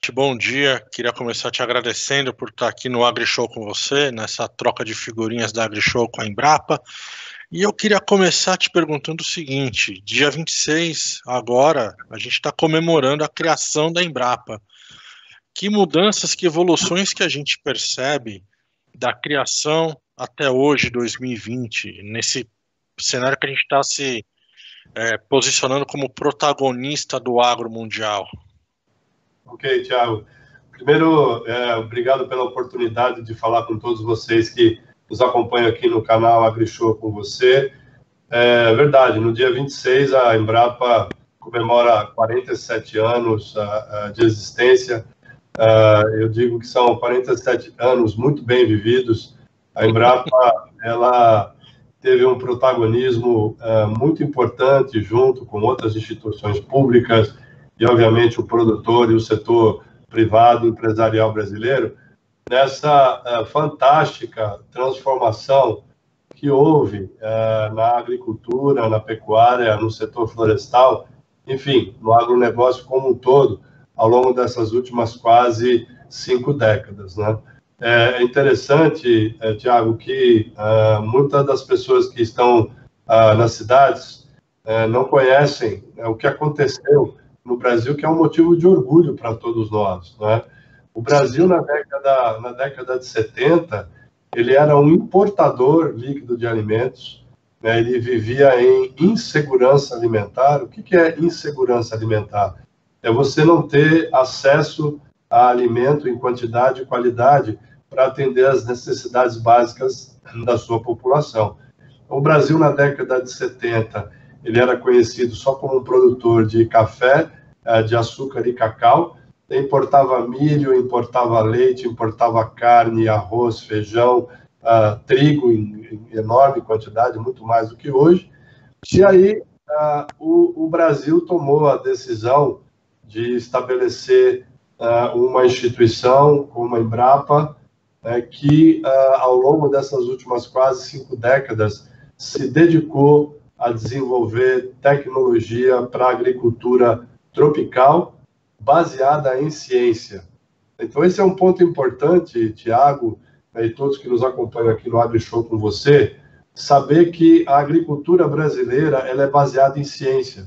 Moretti, bom dia. Queria começar te agradecendo por estar aqui no AgriShow com você, nessa troca de figurinhas da AgriShow com a Embrapa. E eu queria começar te perguntando o seguinte: dia 26, agora, a gente está comemorando a criação da Embrapa. Que mudanças, que evoluções que a gente percebe da criação até hoje, 2020, nesse cenário que a gente está se posicionando como protagonista do agro mundial? Ok, Thiago. Primeiro, obrigado pela oportunidade de falar com todos vocês que nos acompanham aqui no canal AgriShow com você. É verdade, no dia 26 a Embrapa comemora 47 anos de existência. Eu digo que são 47 anos muito bem vividos. A Embrapa, ela teve um protagonismo muito importante junto com outras instituições públicas e, obviamente, o produtor e o setor privado empresarial brasileiro, nessa fantástica transformação que houve na agricultura, na pecuária, no setor florestal, enfim, no agronegócio como um todo, ao longo dessas últimas quase 5 décadas, né? É interessante, Thiago, que muitas das pessoas que estão nas cidades não conhecem o que aconteceu no Brasil, que é um motivo de orgulho para todos nós, né? O Brasil, na década de 70, ele era um importador líquido de alimentos, né? Ele vivia em insegurança alimentar. O que é insegurança alimentar? É você não ter acesso a alimento em quantidade e qualidade para atender às necessidades básicas da sua população. O Brasil, na década de 70, ele era conhecido só como um produtor de café, de açúcar e cacau, importava milho, importava leite, importava carne, arroz, feijão, trigo em enorme quantidade, muito mais do que hoje. E aí o Brasil tomou a decisão de estabelecer uma instituição como a Embrapa, que ao longo dessas últimas quase 5 décadas se dedicou a desenvolver tecnologia para a agricultura tropical, baseada em ciência. Então, esse é um ponto importante, Thiago, e todos que nos acompanham aqui no AgriShow com você, saber que a agricultura brasileira ela é baseada em ciência.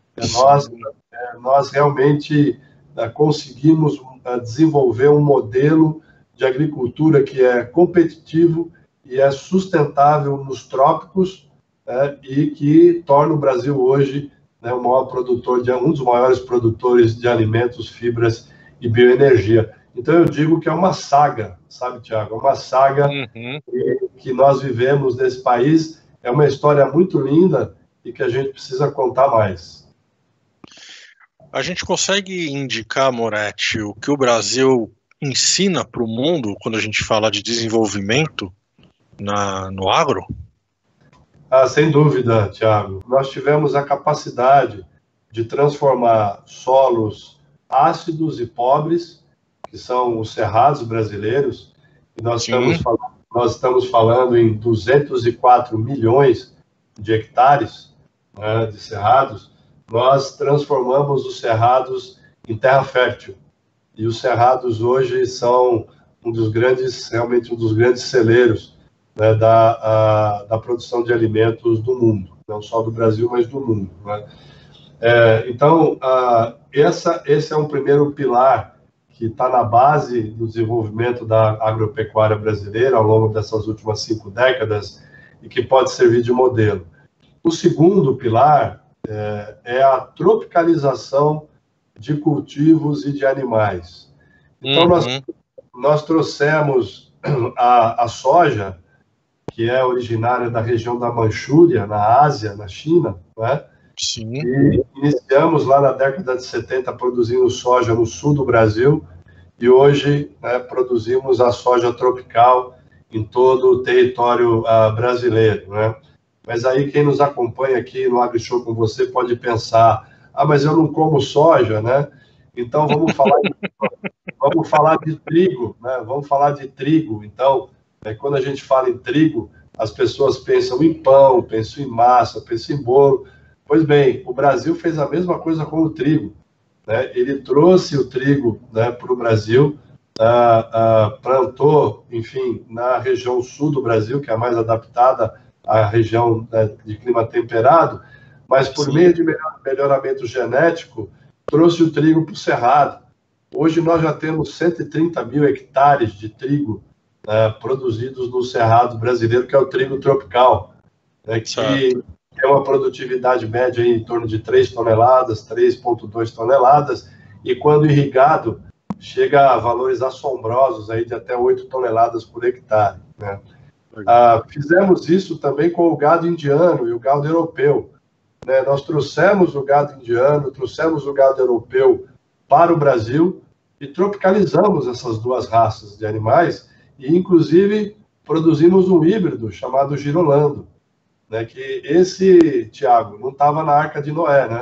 Nós realmente conseguimos desenvolver um modelo de agricultura que é competitivo e é sustentável nos trópicos, e que torna o Brasil hoje o maior produtor, um dos maiores produtores de alimentos, fibras e bioenergia. Então eu digo que é uma saga, sabe, Thiago? É uma saga que nós vivemos nesse país, é uma história muito linda e que a gente precisa contar mais. A gente consegue indicar, Moretti, o que o Brasil ensina para o mundo quando a gente fala de desenvolvimento no agro? Sem dúvida, Thiago. Nós tivemos a capacidade de transformar solos ácidos e pobres, que são os cerrados brasileiros, e nós estamos falando em 204 milhões de hectares, né, de cerrados. Nós transformamos os cerrados em terra fértil. E os cerrados hoje são realmente um dos grandes celeiros, né, da produção de alimentos do mundo, não só do Brasil, mas do mundo, né? Então, esse é um primeiro pilar que está na base do desenvolvimento da agropecuária brasileira ao longo dessas últimas 5 décadas e que pode servir de modelo. O segundo pilar é a tropicalização de cultivos e de animais. Então, nós trouxemos a soja, que é originária da região da Manchúria, na Ásia, na China, né? Sim. E iniciamos lá na década de 70 produzindo soja no sul do Brasil e hoje, né, produzimos a soja tropical em todo o território brasileiro, né? Mas aí quem nos acompanha aqui no AgriShow com você pode pensar, mas eu não como soja, né? Então vamos falar de trigo, né? Vamos falar de trigo. Então, quando a gente fala em trigo, as pessoas pensam em pão, pensam em massa, pensam em bolo. Pois bem, o Brasil fez a mesma coisa com o trigo. né, ele trouxe o trigo, né, para o Brasil, plantou, enfim, na região sul do Brasil, que é a mais adaptada à região, né, de clima temperado, mas por Sim. meio de melhoramento genético, trouxe o trigo para o Cerrado. Hoje nós já temos 130 mil hectares de trigo produzidos no Cerrado brasileiro, que é o trigo tropical, né, que é uma produtividade média em torno de 3 toneladas, 3,2 toneladas, e quando irrigado, chega a valores assombrosos aí de até 8 toneladas por hectare, né? Fizemos isso também com o gado indiano e o gado europeu, né? Nós trouxemos o gado indiano, trouxemos o gado europeu para o Brasil e tropicalizamos essas duas raças de animais e, inclusive, produzimos um híbrido chamado Girolando, né? Que esse, Tiago, não estava na Arca de Noé, né?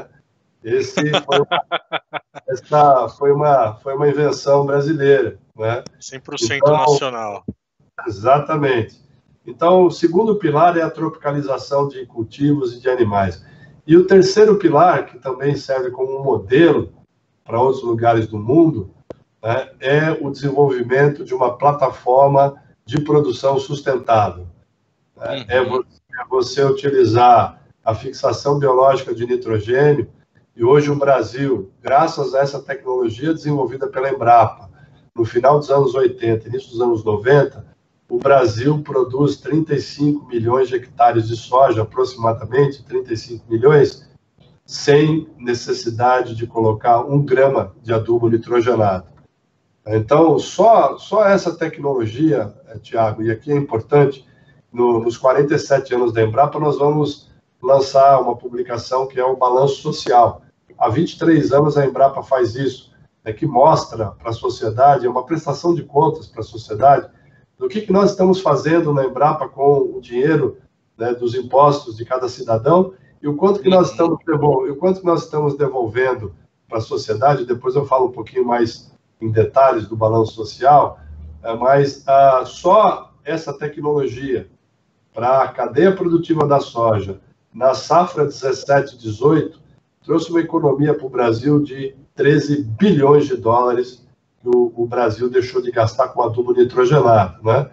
Essa foi uma invenção brasileira, né? 100% nacional. Exatamente. Então, o segundo pilar é a tropicalização de cultivos e de animais. E o terceiro pilar, que também serve como um modelo para outros lugares do mundo, né, é o desenvolvimento de uma plataforma de produção sustentável. É você utilizar a fixação biológica de nitrogênio, e hoje o Brasil, graças a essa tecnologia desenvolvida pela Embrapa, no final dos anos 80, início dos anos 90, o Brasil produz 35 milhões de hectares de soja, aproximadamente 35 milhões, sem necessidade de colocar 1 grama de adubo nitrogenado. Então, só essa tecnologia, Tiago, e aqui é importante, nos 47 anos da Embrapa, nós vamos lançar uma publicação que é o Balanço Social. Há 23 anos a Embrapa faz isso, que mostra para a sociedade, é uma prestação de contas para a sociedade, do que nós estamos fazendo na Embrapa com o dinheiro, né, dos impostos de cada cidadão e o quanto que nós estamos devolvendo para a sociedade. Depois eu falo um pouquinho mais em detalhes do balanço social, mas só essa tecnologia para a cadeia produtiva da soja, na safra 17-18, trouxe uma economia para o Brasil de 13 bilhões de dólares que o Brasil deixou de gastar com adubo nitrogenado, né?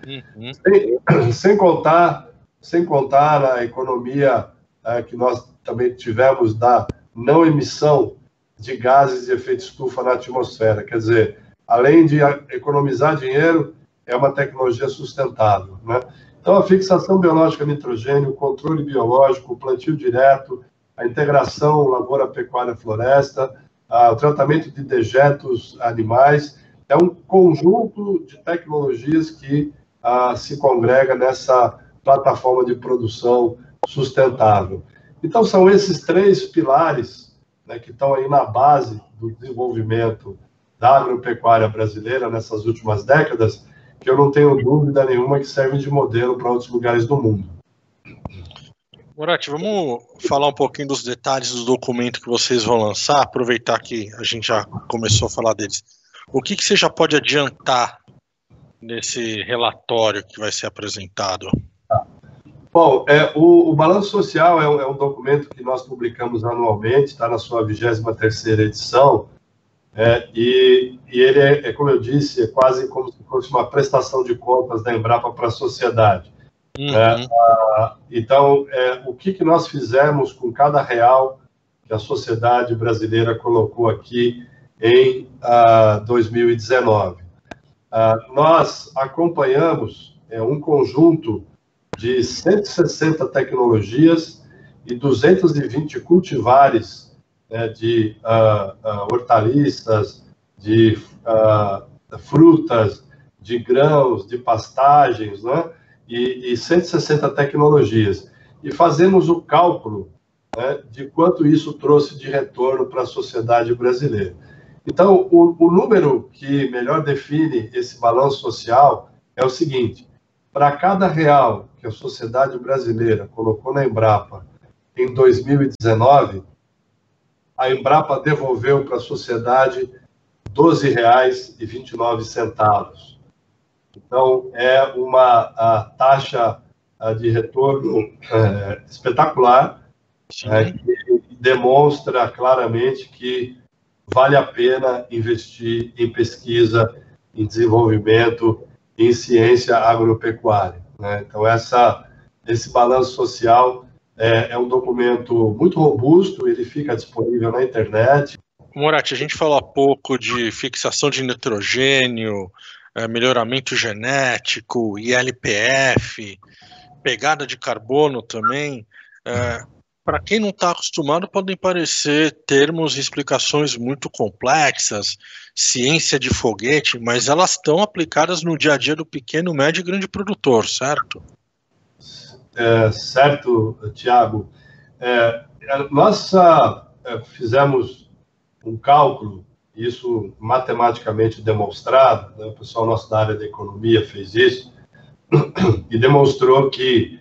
Sem contar na economia que nós também tivemos da não emissão de gases de efeito estufa na atmosfera. Quer dizer, além de economizar dinheiro, é uma tecnologia sustentável, né? Então, a fixação biológica de nitrogênio, o controle biológico, o plantio direto, a integração lavoura-pecuária-floresta, o tratamento de dejetos animais, é um conjunto de tecnologias que se congrega nessa plataforma de produção sustentável. Então, são esses 3 pilares, né, que estão aí na base do desenvolvimento da agropecuária brasileira nessas últimas décadas, que eu não tenho dúvida nenhuma que servem de modelo para outros lugares do mundo. Moratti, vamos falar um pouquinho dos detalhes do documento que vocês vão lançar, aproveitar que a gente já começou a falar deles. O que você já pode adiantar nesse relatório que vai ser apresentado? Bom, o Balanço Social é um documento que nós publicamos anualmente, está na sua 23ª edição, e ele é, como eu disse, é quase como se fosse uma prestação de contas da Embrapa para a sociedade. Então, o que nós fizemos com cada real que a sociedade brasileira colocou aqui em 2019. Nós acompanhamos um conjunto de 160 tecnologias e 220 cultivares, de hortaliças, de frutas, de grãos, de pastagens, né? E 160 tecnologias. E fazemos o cálculo, né, de quanto isso trouxe de retorno para a sociedade brasileira. Então, o número que melhor define esse balanço social é o seguinte: para cada real que a sociedade brasileira colocou na Embrapa em 2019, a Embrapa devolveu para a sociedade R$ 12,29. Então, é uma taxa de retorno espetacular, que demonstra claramente que vale a pena investir em pesquisa, em desenvolvimento, em ciência agropecuária, né? Então, esse balanço social é um documento muito robusto, ele fica disponível na internet. Moratti, a gente falou há pouco de fixação de nitrogênio, melhoramento genético, ILPF, pegada de carbono também. Para quem não está acostumado, podem parecer termos e explicações muito complexas, ciência de foguete, mas elas estão aplicadas no dia a dia do pequeno, médio e grande produtor, certo? Certo, Tiago. Nós fizemos um cálculo, isso matematicamente demonstrado, né? O pessoal nosso da área da economia fez isso, e demonstrou que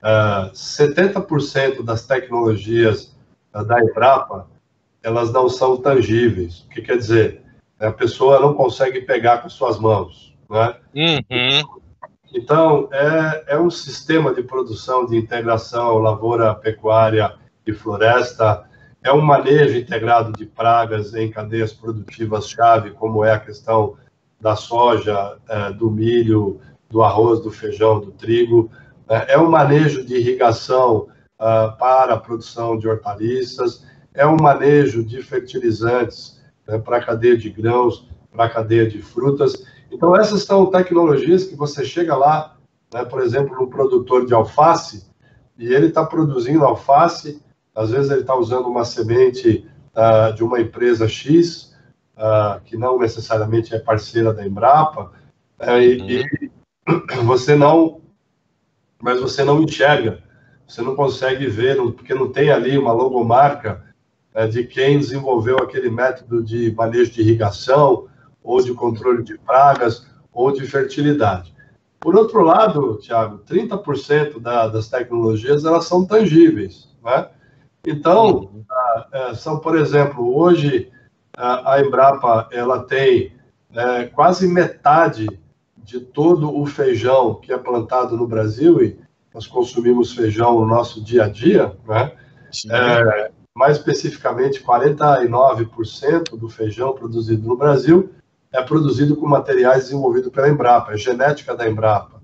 70% das tecnologias da Embrapa, elas não são tangíveis. O que quer dizer? A pessoa não consegue pegar com suas mãos, né? Uhum. Então, é um sistema de produção, de integração, lavoura, pecuária e floresta, é um manejo integrado de pragas em cadeias produtivas-chave, como é a questão da soja, do milho, do arroz, do feijão, do trigo, é um manejo de irrigação para a produção de hortaliças, é um manejo de fertilizantes para a cadeia de grãos, para a cadeia de frutas. Então, essas são tecnologias que você chega lá, né, por exemplo, no produtor de alface, e ele está produzindo alface, às vezes ele está usando uma semente de uma empresa X, que não necessariamente é parceira da Embrapa, e você não enxerga, você não consegue ver, porque não tem ali uma logomarca de quem desenvolveu aquele método de manejo de irrigação, ou de controle de pragas, ou de fertilidade. Por outro lado, Tiago, 30% das tecnologias, elas são tangíveis, né? Então, são, por exemplo, hoje, a Embrapa, ela tem quase metade de todo o feijão que é plantado no Brasil, e nós consumimos feijão no nosso dia a dia, né? Mais especificamente, 49% do feijão produzido no Brasil é produzido com materiais desenvolvidos pela Embrapa, é genética da Embrapa.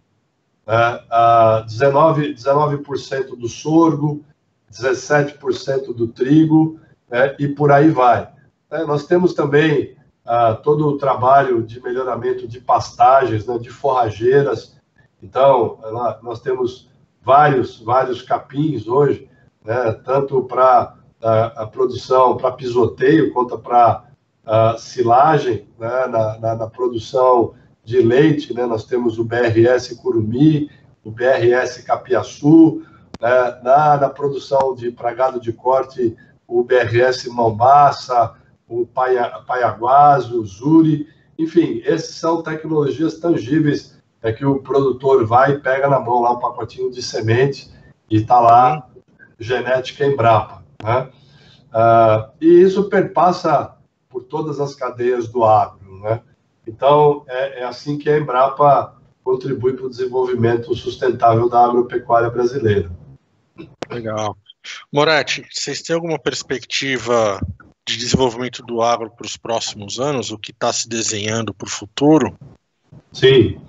19% do sorgo, 17% do trigo, e por aí vai. Nós temos também todo o trabalho de melhoramento de pastagens, né, de forrageiras. Então, nós temos vários capins hoje, né, tanto para a produção, para pisoteio, quanto para silagem, né, na produção de leite, né, nós temos o BRS Curumim, o BRS Capiaçu, né, na produção de pragado de corte, o BRS Mombaça, o Paiaguás, o Zuri, enfim, essas são tecnologias tangíveis que o produtor vai e pega na mão lá um pacotinho de semente e está lá, genética Embrapa, né? E isso perpassa por todas as cadeias do agro, né? Então, é assim que a Embrapa contribui para o desenvolvimento sustentável da agropecuária brasileira. Legal. Moratti, vocês têm alguma perspectiva de desenvolvimento do agro para os próximos anos? O que está se desenhando para o futuro? Sim.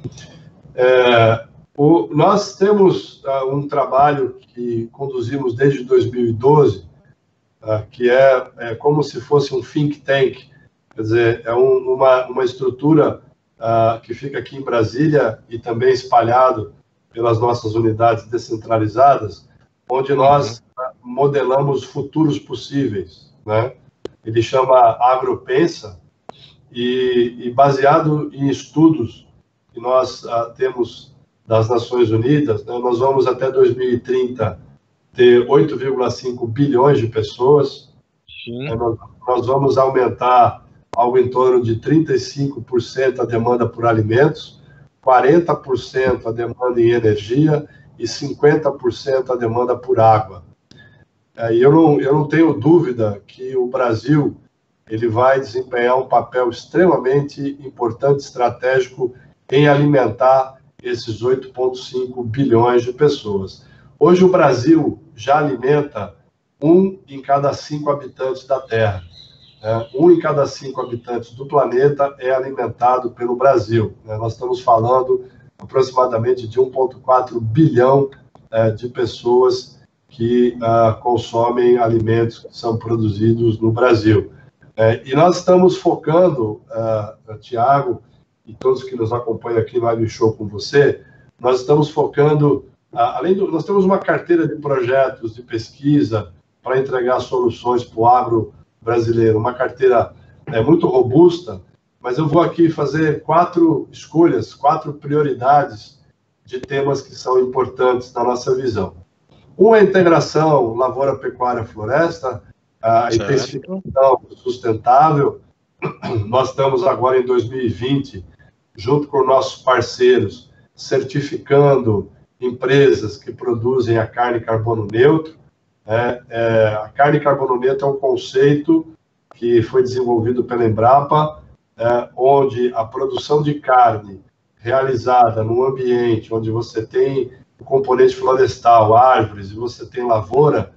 Nós temos um trabalho que conduzimos desde 2012, que é como se fosse um think tank, quer dizer, é uma estrutura que fica aqui em Brasília e também espalhado pelas nossas unidades descentralizadas, onde nós modelamos futuros possíveis, né? Ele chama AgroPensa, e baseado em estudos que nós temos das Nações Unidas, né, nós vamos até 2030 ter 8,5 bilhões de pessoas. Nós vamos aumentar algo em torno de 35% a demanda por alimentos, 40% a demanda em energia e 50% a demanda por água. E eu não tenho dúvida que o Brasil ele vai desempenhar um papel extremamente importante, estratégico, em alimentar esses 8,5 bilhões de pessoas. Hoje o Brasil já alimenta 1 em cada 5 habitantes da Terra. 1 em cada 5 habitantes do planeta é alimentado pelo Brasil. Nós estamos falando aproximadamente de 1,4 bilhão de pessoas que consomem alimentos que são produzidos no Brasil. E nós estamos focando, Tiago, e todos que nos acompanham aqui no AgriShow com você, nós estamos focando, nós temos uma carteira de projetos de pesquisa para entregar soluções para o agro brasileiro, uma carteira muito robusta, mas eu vou aqui fazer 4 escolhas, 4 prioridades de temas que são importantes na nossa visão. Uma é a integração lavoura, pecuária, floresta, a intensificação sustentável. Nós estamos agora em 2020, junto com nossos parceiros, certificando empresas que produzem a carne carbono neutro. A carne carbono neutro é um conceito que foi desenvolvido pela Embrapa, onde a produção de carne realizada num ambiente onde você tem o componente florestal, árvores, e você tem lavoura,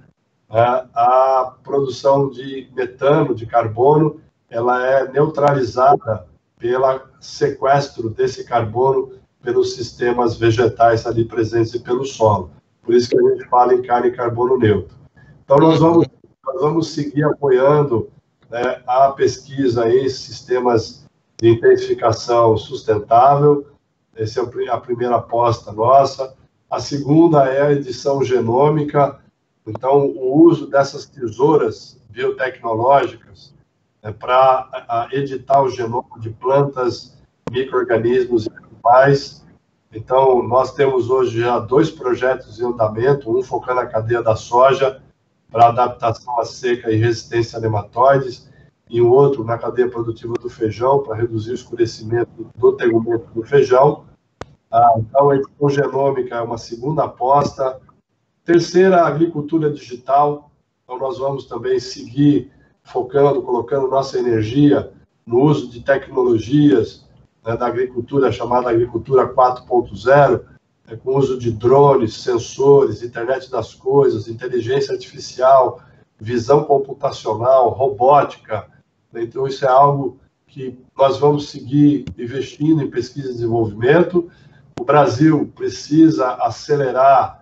a produção de metano, de carbono, ela é neutralizada pelo sequestro desse carbono pelos sistemas vegetais ali presentes e pelo solo. Por isso que a gente fala em carne carbono neutro. Então, nós vamos seguir apoiando a pesquisa em sistemas de intensificação sustentável. Essa é a primeira aposta nossa. A segunda é a edição genômica. Então, o uso dessas tesouras biotecnológicas para editar o genoma de plantas, micro-organismos e animais. Então, nós temos hoje já 2 projetos em andamento, um focando na cadeia da soja, para adaptação à seca e resistência a nematóides, e o outro na cadeia produtiva do feijão, para reduzir o escurecimento do tegumento do feijão. Então, a edição genômica é uma segunda aposta. Terceira, a agricultura digital. Então, nós vamos também seguir focando, colocando nossa energia no uso de tecnologias da agricultura, chamada agricultura 4.0, com o uso de drones, sensores, internet das coisas, inteligência artificial, visão computacional, robótica. Então, isso é algo que nós vamos seguir investindo em pesquisa e desenvolvimento. O Brasil precisa acelerar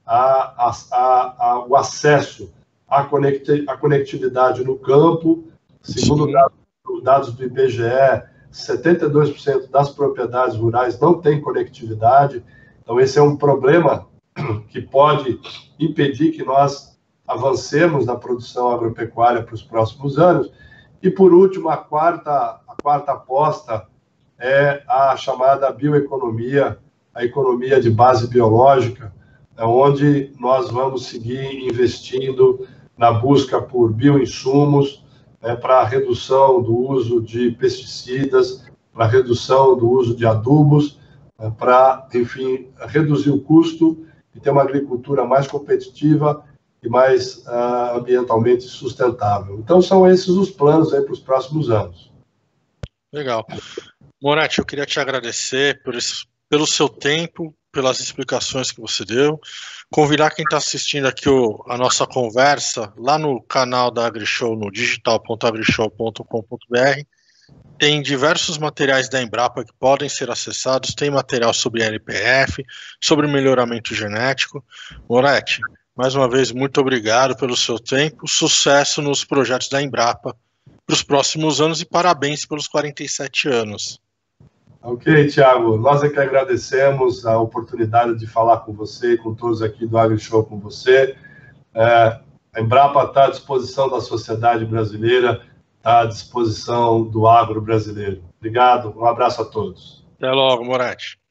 o acesso à conectividade no campo. Segundo dados do IBGE, 72% das propriedades rurais não têm conectividade. Então, esse é um problema que pode impedir que nós avancemos na produção agropecuária para os próximos anos. E, por último, a quarta aposta é a chamada bioeconomia, a economia de base biológica, onde nós vamos seguir investindo na busca por bioinsumos, para a redução do uso de pesticidas, para a redução do uso de adubos, para, enfim, reduzir o custo e ter uma agricultura mais competitiva e mais ambientalmente sustentável. Então, são esses os planos aí para os próximos anos. Legal. Moretti, eu queria te agradecer pelo seu tempo, pelas explicações que você deu. Convidar quem está assistindo aqui a nossa conversa lá no canal da AgriShow, no digital.agrishow.com.br. Tem diversos materiais da Embrapa que podem ser acessados. Tem material sobre NPF, sobre melhoramento genético. Moretti, mais uma vez, muito obrigado pelo seu tempo. Sucesso nos projetos da Embrapa para os próximos anos e parabéns pelos 47 anos. Ok, Tiago, nós é que agradecemos a oportunidade de falar com você e com todos aqui do AgriShow com você. A Embrapa está à disposição da sociedade brasileira, está à disposição do agro brasileiro. Obrigado, um abraço a todos. Até logo, Moretti.